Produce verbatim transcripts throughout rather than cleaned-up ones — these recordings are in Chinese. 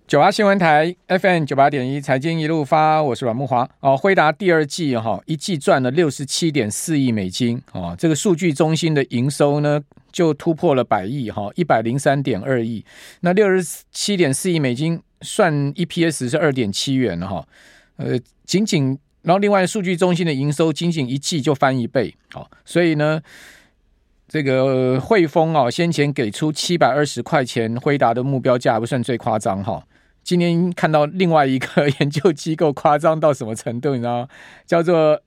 九八新闻台 F M 九八点一财经一路发，我是阮慕骅。哦，辉达第二季哈、哦、一季赚了六十七点四亿美金哦，这个数据中心的营收呢就突破了百亿哈，一百零三点二亿。那六十七点四亿美金算 E P S 是二点七元哈，呃，仅仅然后另外数据中心的营收仅仅一季就翻一倍，好，所以呢。这个汇丰哦，先前给出七百二十块钱辉达的目标价，不算最夸张哈。今天看到另外一个研究机构夸张到什么程度，你知道吗？叫做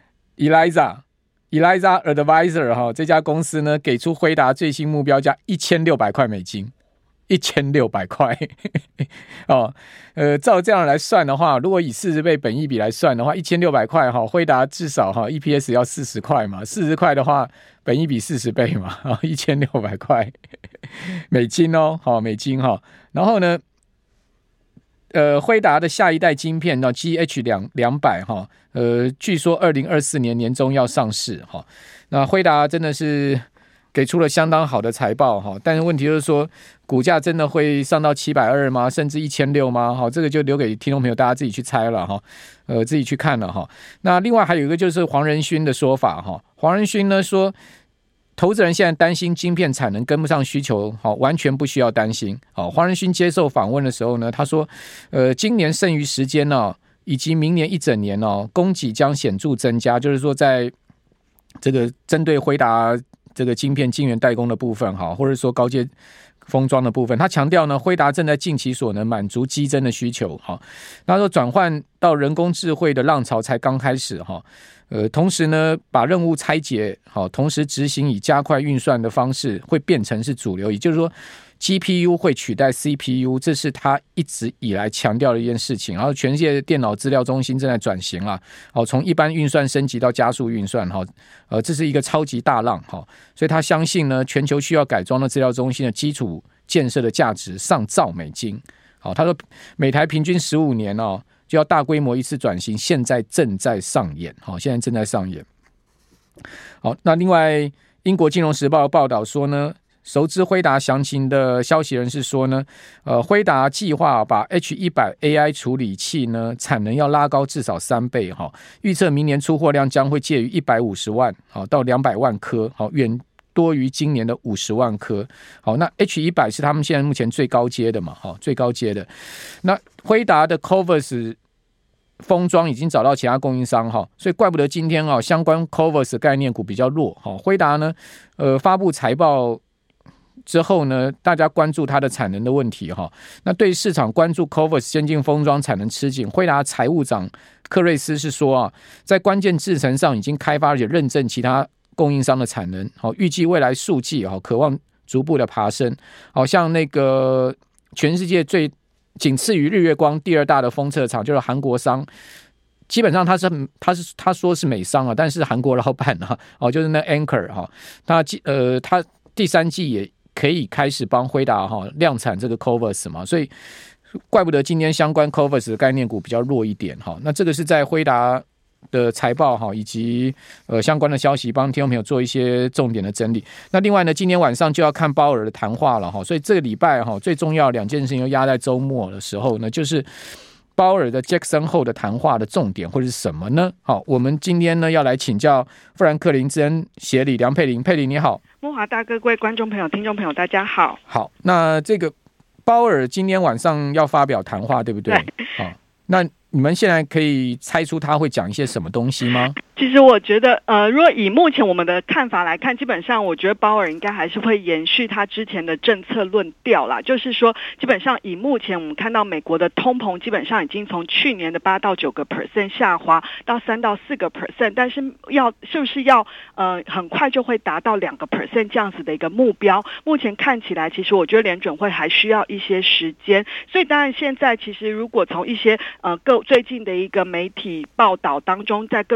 Eliza Eliza Advisor 哈，这家公司呢给出辉达最新目标价一千六百块美金。一千六百块哦，呃，照这样来算的话，如果以四十倍本益比来算的话，一千六百块哈，辉达至少哈 E P S 要四十块嘛，四十块的话，本益比四十倍嘛，啊，一千六百块美金哦，好美金哈，然后呢，呃，辉达的下一代晶片呢 G H 两百哈，呃，据说二零二四年年中要上市哈，那辉达真的是。给出了相当好的财报哈，但是问题就是说，股价真的会上到七百二吗？甚至一千六吗？哈，这个就留给听众朋友大家自己去猜了哈，呃，自己去看了哈。那另外还有一个就是黄仁勋的说法哈，黄仁勋呢说，投资人现在担心晶片产能跟不上需求，好，完全不需要担心。好，黄仁勋接受访问的时候呢，他说，呃，今年剩余时间呢、哦，以及明年一整年哦，供给将显著增加，就是说在这个针对辉达。这个晶片晶圆代工的部分哈，或者说高阶封装的部分，他强调呢，辉达正在尽其所能满足激增的需求哈。他说转换到人工智慧的浪潮才刚开始哈，呃，同时呢，把任务拆解好，同时执行以加快运算的方式会变成是主流，也就是说。G P U 会取代 C P U， 这是他一直以来强调的一件事情。然后，全世界的电脑资料中心正在转型啊，好，从一般运算升级到加速运算，哈，呃，这是一个超级大浪，哈，所以他相信呢，全球需要改装的资料中心的基础建设的价值上兆美金。好，他说每台平均十五年哦，就要大规模一次转型，现在正在上演，好，现在正在上演。好，那另外，英国金融时报报道说呢。熟知辉达详情的消息人士说呢，呃，辉达计划把 H 一百 A I 处理器呢产能要拉高至少三倍哈，预测明年出货量将会介于一百五十万好到两百万颗，好远多于今年的五十万颗。好，那 H 一百 是他们现在目前最高阶的嘛，哈，最高阶的。那辉达的 C O V A S 封装已经找到其他供应商哈，所以怪不得今天啊相关 C O V A S 概念股比较弱哈。辉达呢，呃，发布财报。之后呢，大家关注它的产能的问题哈。那对市场关注 C O V A S 先进封装产能吃紧，辉达财务长克瑞斯是说啊，在关键制程上已经开发而且认证其他供应商的产能，好，预计未来数季哈，渴望逐步的爬升。好像那个全世界最仅次于日月光第二大的封测厂就是韩国商。基本上他是他是他说是美商啊，但是韩国老板啊，哦，就是那 Anchor 哈，他呃他第三季也。可以开始帮辉达哈量产这个 C O V A S 嘛，所以怪不得今天相关 C O V A S 的概念股比较弱一点哈。那这个是在辉达的财报哈以及呃相关的消息，帮听众朋友做一些重点的整理。那另外呢，今天晚上就要看鲍尔的谈话了哈，所以这个礼拜哈最重要两件事情又压在周末的时候呢，就是鲍尔的 Jackson 后的谈话的重点会是什么呢？好，我们今天呢要来请教富兰克林之恩协理梁佩玲，佩玲你好。 慕骅大哥，各位观众朋友、听众朋友，大家好。 好，那这个鲍尔今天晚上要发表谈话，对不对？ 对。 好，那你们现在可以猜出他会讲一些什么东西吗？ 其实我觉得，呃，如果以目前我们的看法来看，基本上我觉得鲍尔应该还是会延续他之前的政策论调啦。就是说，基本上以目前我们看到美国的通膨，基本上已经从去年的八到九个 percent 下滑到三到四个 percent， 但是要是不是要呃很快就会达到两个 percent 这样子的一个目标？目前看起来，其实我觉得联准会还需要一些时间。所以当然现在其实如果从一些呃各最近的一个媒体报道当中，在各个联准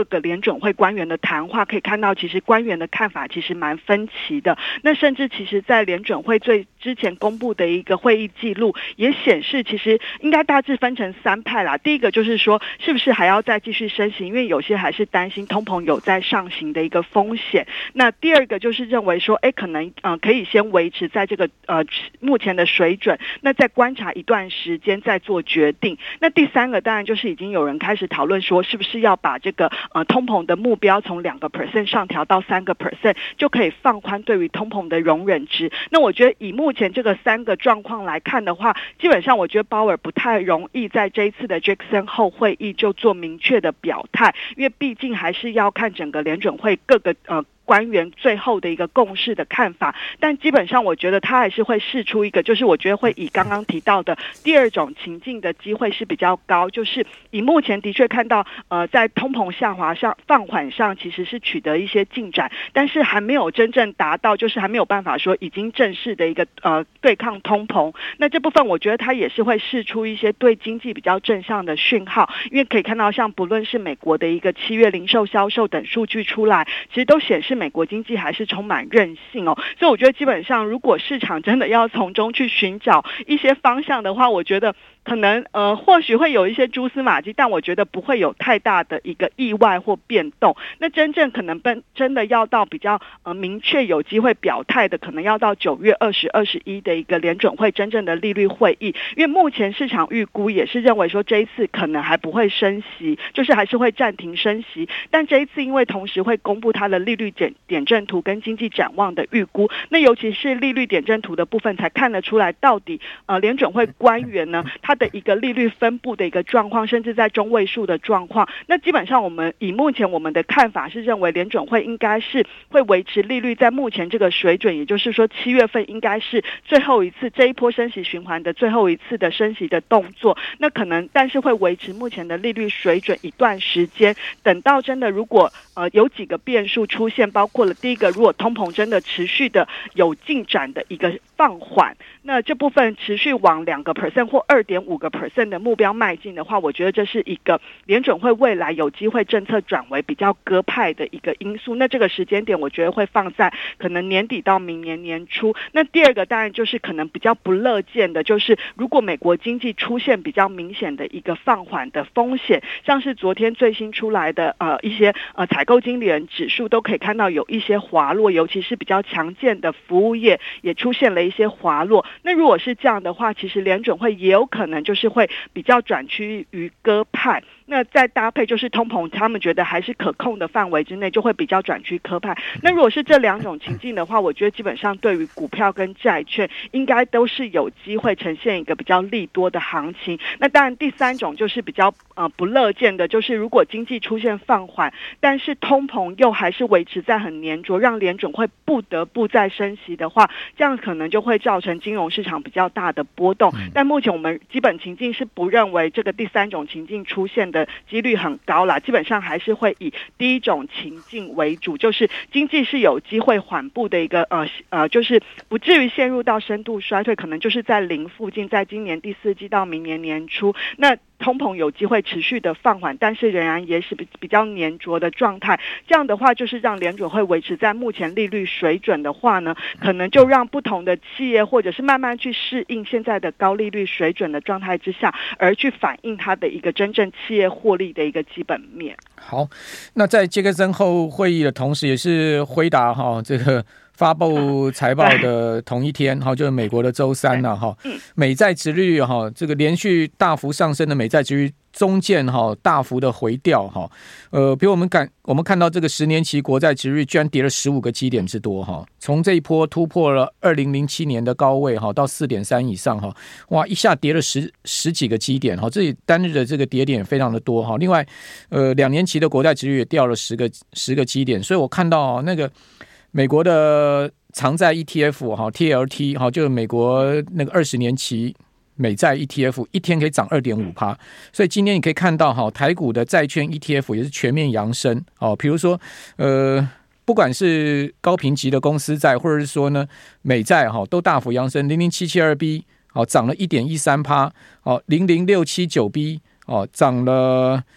准会官员的谈话，可以看到其实官员的看法其实蛮分歧的。那甚至其实在联准会最之前公布的一个会议记录也显示，其实应该大致分成三派啦。第一个就是说是不是还要再继续升息，因为有些还是担心通膨有在上行的一个风险。那第二个就是认为说哎，可能呃可以先维持在这个呃目前的水准，那再观察一段时间再做决定。那第三个当然就是已经有人开始讨论说是不是要把这个呃通膨的目标从两个 percent 上调到三个 percent， 就可以放宽对于通膨的容忍值。那我觉得以目前这个三个状况来看的话，基本上我觉得鲍尔不太容易在这一次的 Jackson 后会议就做明确的表态，因为毕竟还是要看整个联准会各个呃官员最后的一个共识的看法。但基本上我觉得他还是会释出一个，就是我觉得会以刚刚提到的第二种情境的机会是比较高，就是以目前的确看到呃在通膨下滑上放缓上其实是取得一些进展，但是还没有真正达到，就是还没有办法说已经正式的一个呃对抗通膨。那这部分我觉得他也是会释出一些对经济比较正向的讯号，因为可以看到像不论是美国的一个七月零售销售等数据出来，其实都显示美国经济还是充满韧性哦。所以我觉得基本上如果市场真的要从中去寻找一些方向的话，我觉得可能呃或许会有一些蛛丝马迹，但我觉得不会有太大的一个意外或变动。那真正可能真的要到比较呃明确有机会表态的，可能要到九月二十、二十一的一个联准会真正的利率会议。因为目前市场预估也是认为说这一次可能还不会升息，就是还是会暂停升息。但这一次因为同时会公布它的利率点点阵图跟经济展望的预估，那尤其是利率点阵图的部分才看得出来到底呃联准会官员呢他的一个利率分布的一个状况，甚至在中位数的状况。那基本上我们以目前我们的看法是认为联准会应该是会维持利率在目前这个水准，也就是说七月份应该是最后一次这一波升息循环的最后一次的升息的动作。那可能但是会维持目前的利率水准一段时间，等到真的如果呃有几个变数出现，包括了第一个，如果通膨真的持续的有进展的一个放缓，那这部分持续往两个 percent 或二点五个 percent 的目标迈进的话，我觉得这是一个联准会未来有机会政策转为比较鸽派的一个因素。那这个时间点我觉得会放在可能年底到明年年初。那第二个当然就是可能比较不乐见的，就是如果美国经济出现比较明显的一个放缓的风险，像是昨天最新出来的呃一些呃采购经理人指数都可以看到有一些滑落，尤其是比较强健的服务业也出现了一些滑落。那如果是这样的话，其实联准会也有可能就是会比较转趋于鸽派。那再搭配就是通膨他们觉得还是可控的范围之内，就会比较转趋鸽派。那如果是这两种情境的话，我觉得基本上对于股票跟债券应该都是有机会呈现一个比较利多的行情。那当然第三种就是比较呃不乐见的，就是如果经济出现放缓，但是通膨又还是维持在很黏着，让联准会不得不再升息的话，这样可能就会造成金融市场比较大的波动。但目前我们基本情境是不认为这个第三种情境出现的几率很高啦，基本上还是会以第一种情境为主，就是经济是有机会缓步的一个呃呃，就是不至于陷入到深度衰退，可能就是在零附近，在今年第四季到明年年初。那通膨有机会持续的放缓，但是仍然也是比较黏着的状态。这样的话，就是让联准会维持在目前利率水准的话呢，可能就让不同的企业或者是慢慢去适应现在的高利率水准的状态之下，而去反映它的一个真正企业获利的一个基本面。 好，那在杰克森后会议的同时，也是回答哈这个发布财报的同一天，哈，就是美国的周三呐，哈，美债殖利率哈，这个连续大幅上升的美债殖利率中间哈大幅的回调哈，呃，比如我们看我们看到这个十年期国债殖利率居然跌了十五个基点之多哈，从这一波突破了二零零七年的高位哈，到四点三以上哈，哇，一下跌了十十几个基点哈，这里单日的这个跌点非常的多哈。另外，呃，两年期的国债殖利率也掉了十个十个基点，所以我看到那个美国的长债 E T F 哈 T L T 哈，就是美国那个二十年期美债 E T F 一天可以涨 百分之二点五， 所以今天你可以看到哈，台股的债券 E T F 也是全面扬升哦。比如说呃，不管是高评级的公司债，或者是说呢美债哈，都大幅扬升。零零七七二 B 哦涨了 一点一三， 哦零零六七九 B 哦涨了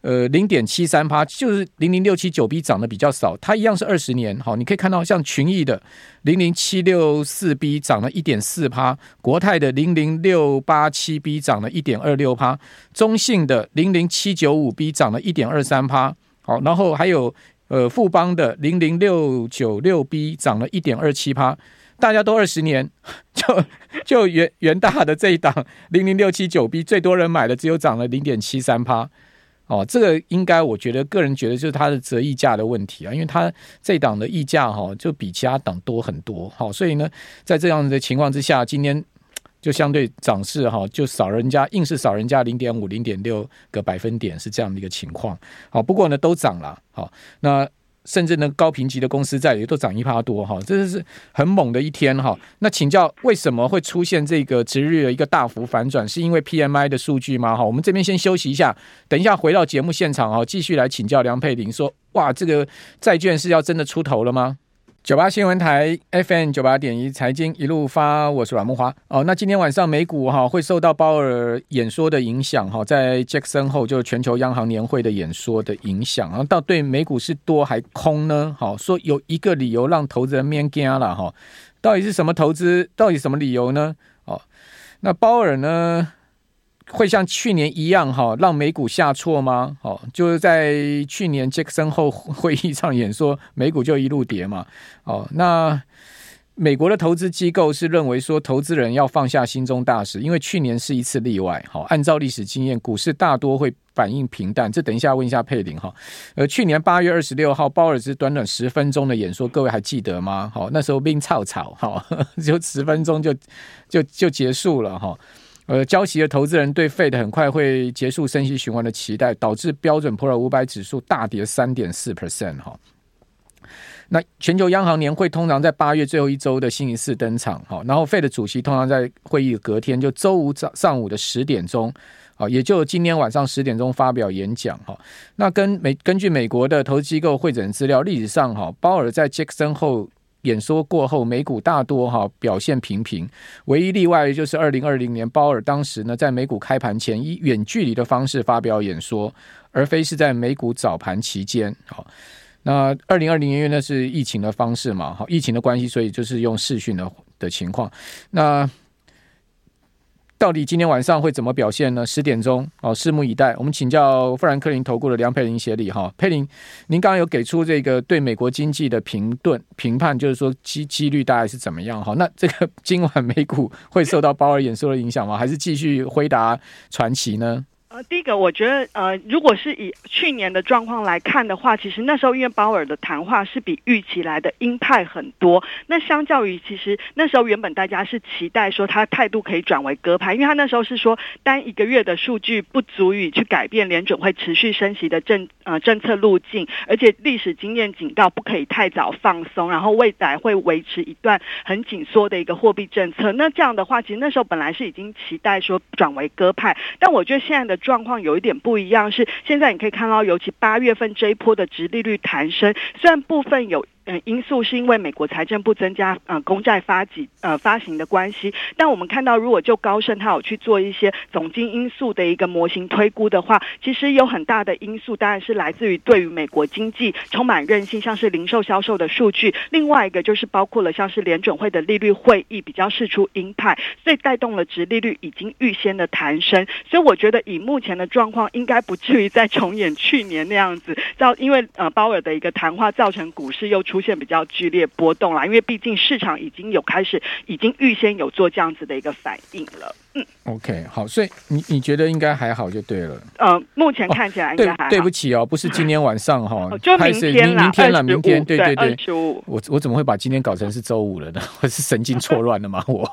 呃零点七三趴，就是零零六七九 B 涨得比较少，它一样是二十年。好，你可以看到像群益的零零七六四 B 涨了一点四趴，国泰的零零六八七 B 涨了一点二六趴，中信的零零七九五 B 涨了一点二三趴。好，然后还有呃富邦的零零六九六 B 涨了一点二七趴。大家都二十年，就就元元大的这一档零零六七九 B 最多人买的只有涨了零点七三趴。哦，这个应该我觉得个人觉得就是它的折溢价的问题啊，因为它这一档的溢价哈、哦、就比其他档多很多。好、哦，所以呢，在这样的情况之下，今天就相对涨势哈、哦、就少人家硬是少人家零点五、零点六个百分点是这样的一个情况。好、哦，不过呢都涨了。好、哦，那。甚至呢，高评级的公司债也都涨一趴多哈，这是很猛的一天哈。那请教为什么会出现这个殖利率的一个大幅反转？是因为 P M I 的数据吗？哈，我们这边先休息一下，等一下回到节目现场哈，继续来请教梁佩玲说，哇，这个债券是要真的出头了吗？九八新闻台 F M 九八点一财经一路发，我是阮慕骅。哦，那今天晚上美股哈会受到鲍尔演说的影响哈，在 Jackson 后就全球央行年会的演说的影响，然后到对美股是多还空呢？好，说有一个理由让投资人免惊了哈，到底是什么投资？到底什么理由呢？哦，那鲍尔呢？会像去年一样哈，让美股下挫吗？哦，就是在去年杰克森后会议上演说，美股就一路跌嘛。哦，那美国的投资机构是认为说，投资人要放下心中大石，因为去年是一次例外。好，按照历史经验，股市大多会反应平淡。这等一下问一下佩玲哈。呃，去年八月二十六号，鲍尔只短短十分钟的演说，各位还记得吗？好，那时候兵草草，好，就十分钟就就就结束了哈。呃，交期的投资人对 Fed 很快会结束升息循环的期待，导致标准普尔五百指数大跌 百分之三点四 哈。那全球央行年会通常在八月最后一周的星期四登场，然后 Fed 主席通常在会议的隔天，就周五上午的十点钟，也就今天晚上十点钟发表演讲。那跟美根据美国的投资机构汇整资料，历史上鲍尔在杰克森后演说过后，美股大多哈表现平平，唯一例外就是二零二零年鲍尔当时呢在美股开盘前以远距离的方式发表演说，而非是在美股早盘期间。好，那二零二零年那是疫情的方式嘛，好，疫情的关系，所以就是用视讯的的情况。那到底今天晚上会怎么表现呢？十点钟，哦，拭目以待。我们请教富兰克林投顾的梁佩玲协理哈，佩玲，您刚刚有给出这个对美国经济的评论评判，就是说几几率大概是怎么样哈？那这个今晚美股会受到鲍尔演说的影响吗？还是继续辉达传奇呢？ 呃，第一个，我觉得，呃，如果是以去年的状况来看的话，其实那时候因为鲍尔的谈话是比预期来的鹰派很多。那相较于，其实那时候原本大家是期待说他态度可以转为鸽派，因为他那时候是说单一个月的数据不足以去改变联准会持续升息的政呃政策路径，而且历史经验警告不可以太早放松，然后未来会维持一段很紧缩的一个货币政策。那这样的话，其实那时候本来是已经期待说转为鸽派，但我觉得现在的状况有一点不一样，是现在你可以看到，尤其八月份这一波的殖利率弹升，虽然部分有嗯，因素是因为美国财政部增加呃公债发行呃发行的关系，但我们看到如果就高盛他有去做一些总经因素的一个模型推估的话，其实有很大的因素当然是来自于对于美国经济充满韧性，像是零售销售的数据，另外一个就是包括了像是联准会的利率会议比较释出鹰派，所以带动了殖利率已经预先的弹升，所以我觉得以目前的状况应该不至于再重演去年那样子，造因为呃鲍尔的一个谈话造成股市又出现比较剧烈波动啦，因为毕竟市场已经有开始已经预先有做这样子的一个反应了。嗯 ，OK， 好，所以你你觉得应该还好就对了。 呃，目前看起来应该还好。 哦、对, 对不起哦，不是今天晚上哈、哦， 就明天啦， 明天了，明天，对对对， 二十五。 我我怎么会把今天搞成是周五了呢？我是神经错乱了吗？我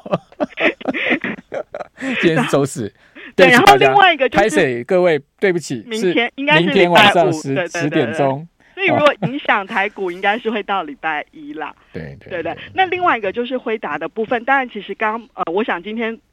今天是周四。 对，然后另外一个就是， 各位，对不起， 明天应该是明天晚上十十点钟。 所以如果影响台股，应该是会到礼拜一啦。 对对对, 对对。那另外一个就是辉达的部分，当然其实刚呃，我想今天大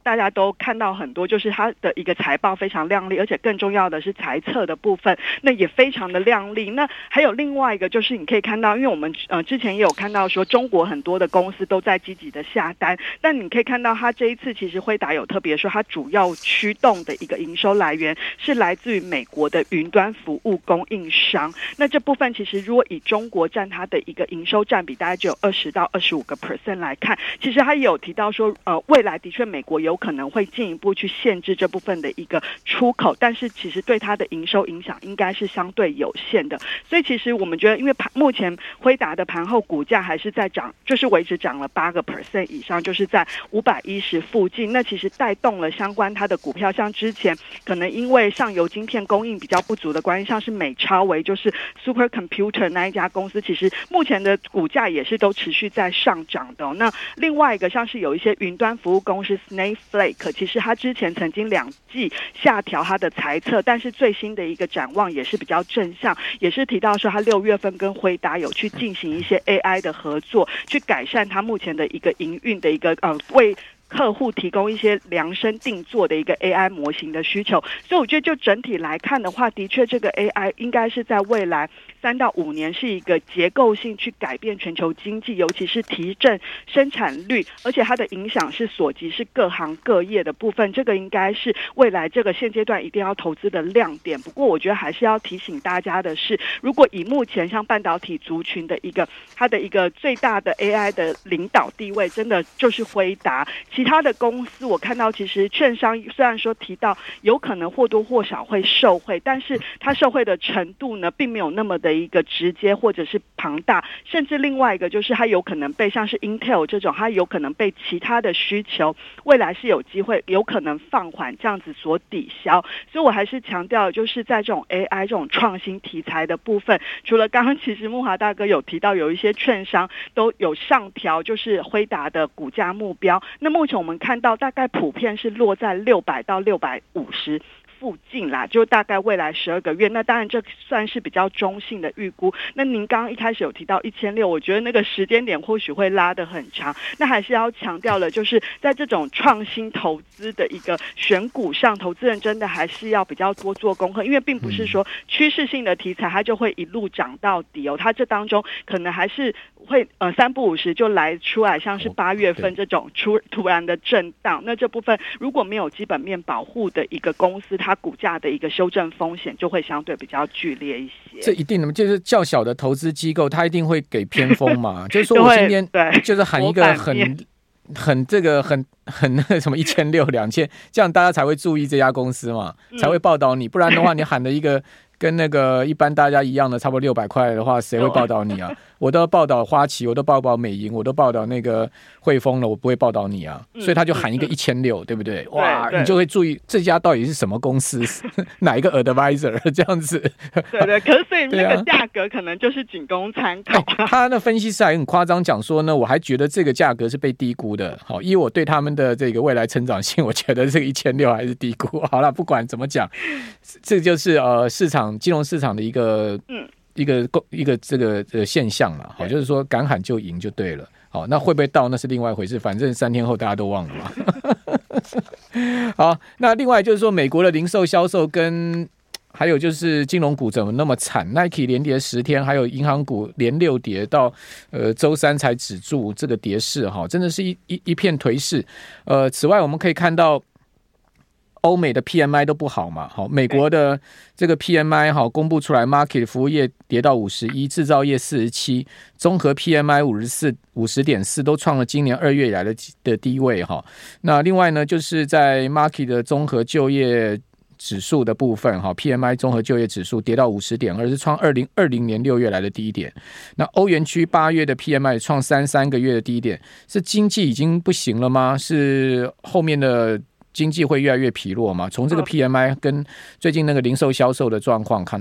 大家都看到很多，就是它的一个财报非常亮丽，而且更重要的是财测的部分，那也非常的亮丽。那还有另外一个就是你可以看到，因为我们呃之前也有看到说中国很多的公司都在积极的下单，但你可以看到它这一次其实辉达有特别说，它主要驱动的一个营收来源是来自于美国的云端服务供应商。那这部分其实如果以中国占它的一个营收占比大概只有二十到二十五个 percent 来看，其实它也有提到说，呃，未来的确美国有可能会进一步去限制这部分的一个出口，但是其实对它的营收影响应该是相对有限的。所以其实我们觉得，因为盘目前辉达的盘后股价还是在涨，就是维持涨了八个 percent 以上，就是在五百一十附近。那其实带动了相关它的股票，像之前可能因为上游晶片供应比较不足的关系，像是美超微就是 Super Computer 那一家公司，其实目前的股价也是都持续在上涨的、哦。那另外一个像是有一些云端服务公司 Snowflake， 其实它之前曾经两季下调它的财测，但是最新的一个展望也是比较正向，也是提到说它六月份跟辉达有去进行一些 A I 的合作，去改善它目前的一个营运的一个呃为客户提供一些量身定做的一个 A I 模型的需求。所以我觉得就整体来看的话，的确这个 A I 应该是在未来三到五年是一个结构性去改变全球经济，尤其是提振生产率，而且它的影响是所及是各行各业的部分，这个应该是未来这个现阶段一定要投资的亮点。不过我觉得还是要提醒大家的是，如果以目前像半导体族群的一个它的一个最大的 A I 的领导地位，真的就是辉达。其他的公司我看到其实券商虽然说提到有可能或多或少会受惠，但是它受惠的程度呢并没有那么的一个直接或者是庞大，甚至另外一个就是它有可能被像是 Intel 这种，它有可能被其他的需求未来是有机会有可能放缓这样子所抵消。所以我还是强调就是在这种 A I 这种创新题材的部分，除了刚刚其实慕骅大哥有提到有一些券商都有上调就是辉达的股价目标，那目前我们看到大概普遍是落在六百到六百五十附近啦，就大概未来十二个月。那当然这算是比较中性的预估。那您刚刚一开始有提到一千六，我觉得那个时间点或许会拉得很长。那还是要强调了，就是在这种创新投资的一个选股上，投资人真的还是要比较多做功课，因为并不是说趋势性的题材它就会一路涨到底哦，它这当中可能还是会呃三不五时就来出来，像是八月份这种出突然的震荡。那这部分如果没有基本面保护的一个公司，它股价的一个修正风险就会相对比较剧烈一些。 这一定的，就是较小的投资机构，它一定会给偏锋嘛。就是说我今天就是喊一个很很这个很很那什么一千六两千，这样大家才会注意这家公司嘛，才会报道你。不然的话，你喊了一个跟那个一般大家一样的，差不多六百块的话，谁会报道你啊？我都要报道花旗，我都报道美银，我都报道那个汇丰了，我不会报道你啊。所以他就喊一个一千六，对不对？哇，你就会注意这家到底是什么公司，哪一个 advisor 这样子。 对对，可是所以那个价格可能就是仅供参考。 哎、他那分析师还很夸张讲说呢，我还觉得这个价格是被低估的。好，以我对他们的这个未来成长性，我觉得这个一千六还是低估。好了，不管怎么讲，这就是呃市场金融市场的一个嗯。一个一个这个呃现象了，好，就是说敢喊就赢就对了，好，那会不会到那是另外一回事，反正三天后大家都忘了嘛。好，那另外就是说美国的零售销售跟还有就是金融股怎么那么惨 ？Nike 连跌十天，还有银行股连六跌到呃周三才止住这个跌势，哈，真的是一一一片颓势。呃，此外我们可以看到。欧美的 P M I 都不好嘛，好，美国的这个 P M I 好公布出来 ，market 服务业跌到五十一，制造业四十七，综合 P M I 五十四，五十点四都创了今年二月以来的的低位哈。那另外呢，就是在 market 的综合就业指数的部分哈 ，P M I 综合就业指数跌到五十点二，是创二零二零年六月来的低点。那欧元区八月的 P M I 创三三个月的低点，是经济已经不行了吗？是后面的？经济会越来越疲弱嘛？从这个 P M I 跟最近那个零售销售的状况看到，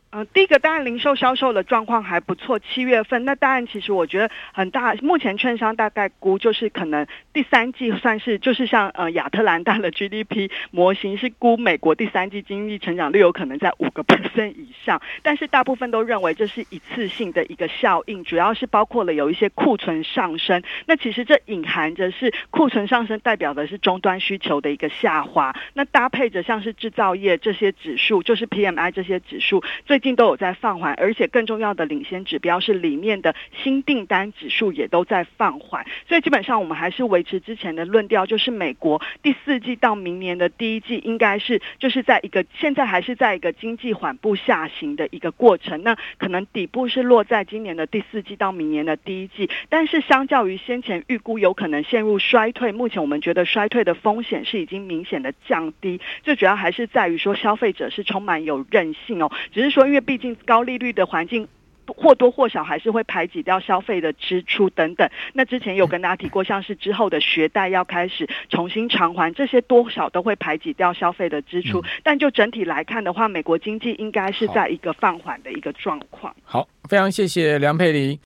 呃，第一个当然零售销售的状况还不错，七月份那当然其实我觉得很大，目前券商大概估就是可能第三季算是就是像呃亚特兰大的 G D P 模型是估美国第三季经济成长率有可能在五个 percent 以上，但是大部分都认为这是一次性的一个效应，主要是包括了有一些库存上升，那其实这隐含着是库存上升代表的是终端需求的一个下滑，那搭配着像是制造业这些指数，就是 P M I 这些指数最近都有在放缓，而且更重要的领先指标是里面的新订单指数也都在放缓，所以基本上我们还是维持之前的论调，就是美国第四季到明年的第一季应该是就是在一个现在还是在一个经济缓步下行的一个过程，那可能底部是落在今年的第四季到明年的第一季，但是相较于先前预估有可能陷入衰退，目前我们觉得衰退的风险是已经明显的降低，最主要还是在于说消费者是充满有韧性哦，只是说因为毕竟高利率的环境或多或少还是会排挤掉消费的支出等等，那之前有跟大家提过，像是之后的学贷要开始重新偿还，这些多少都会排挤掉消费的支出、嗯、但就整体来看的话，美国经济应该是在一个放缓的一个状况。 好，非常谢谢梁佩玲。